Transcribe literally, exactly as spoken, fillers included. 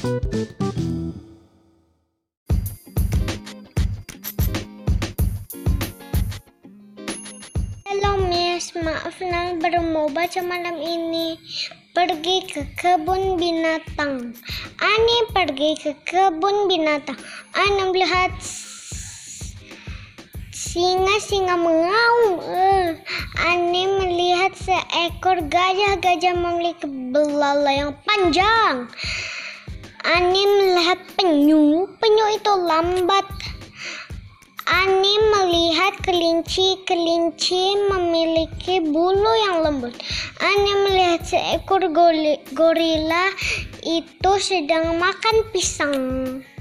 Halo Miss, maaf Nal baru mau baca malam ini. Pergi ke kebun binatang. Ani pergi ke kebun binatang. Ani melihat singa-singa mengaum. Uh, Ani melihat seekor gajah. Gajah memiliki belalai yang panjang. Ani melihat penyu. Penyu itu lambat. Ani melihat kelinci. Kelinci memiliki bulu yang lembut. Ani melihat seekor gorila itu sedang makan pisang.